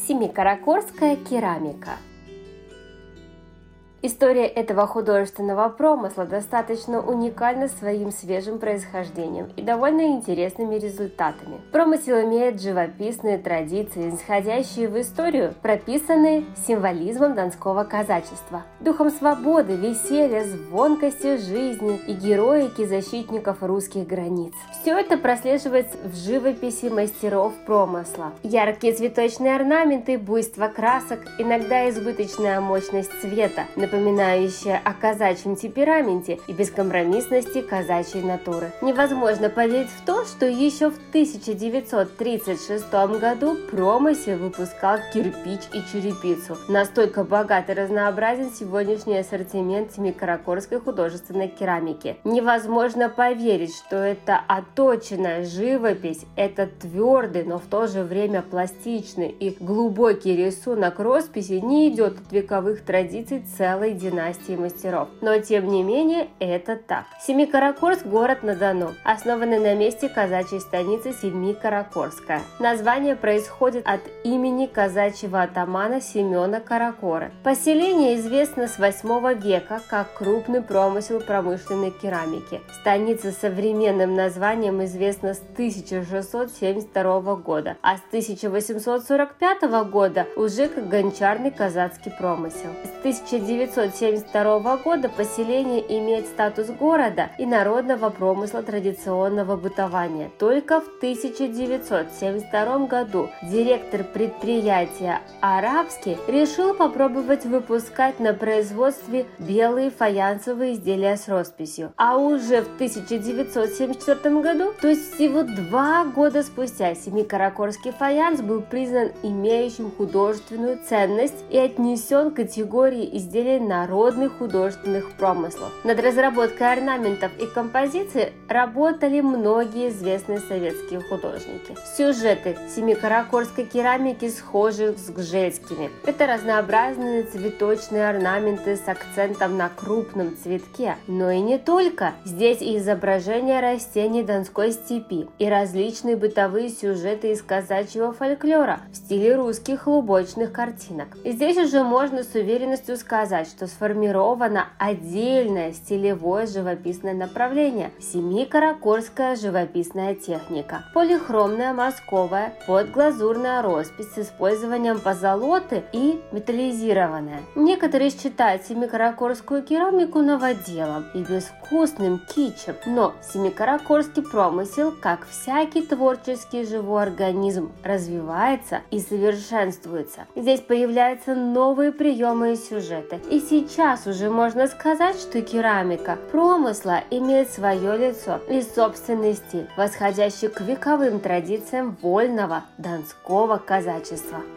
Семикаракорская керамика. История этого художественного промысла достаточно уникальна своим свежим происхождением и довольно интересными результатами. Промысел имеет живописные традиции, исходящие в историю, прописанные символизмом донского казачества, духом свободы, веселья, звонкости жизни и героики защитников русских границ. Все это прослеживается в живописи мастеров промысла. Яркие цветочные орнаменты, буйство красок, иногда избыточная мощность цвета, напоминающая о казачьем темпераменте и бескомпромиссности казачьей натуры. Невозможно поверить в то, что еще в 1936 году промысел выпускал кирпич и черепицу. Настолько богат и разнообразен сегодняшний ассортимент Семикаракорской художественной керамики. Невозможно поверить, что это отточенная живопись, это твердый, но в то же время пластичный и глубокий рисунок росписи не идет от вековых традиций целой династии мастеров. Но тем не менее это так. Семикаракорск – город на Дону, основанный на месте казачьей станицы Семикаракорская. Название происходит от имени казачьего атамана Семена Каракоры. Поселение известно с 8 века как крупный промысел промышленной керамики. Станица с современным названием известна с 1672 года, а с 1845 года уже как гончарный казацкий промысел. С 1972 года поселение имеет статус города и народного промысла традиционного бытования. Только в 1972 году директор предприятия «Арабский» решил попробовать выпускать на производстве белые фаянсовые изделия с росписью. А уже в 1974 году, то есть всего 2 года спустя, семикаракорский фаянс был признан имеющим художественную ценность и отнесен к категории изделий народных художественных промыслов. Над разработкой орнаментов и композиций работали многие известные советские художники. Сюжеты семикаракорской керамики схожи с гжельскими. Это разнообразные цветочные орнаменты с акцентом на крупном цветке, но и не только. Здесь и изображения растений Донской степи, и различные бытовые сюжеты из казачьего фольклора в стиле русских лубочных картинок. И здесь уже можно с уверенностью сказать, что сформировано отдельное стилевое живописное направление – семикаракорская живописная техника. Полихромная мазковая подглазурная роспись с использованием позолоты и металлизированная. Некоторые считают семикаракорскую керамику новоделом и безвкусным китчем, но семикаракорский промысел, как всякий творческий живой организм, развивается и совершенствуется. Здесь появляются новые приемы и сюжеты. И сейчас уже можно сказать, что керамика промысла имеет свое лицо и собственный стиль, восходящий к вековым традициям вольного донского казачества.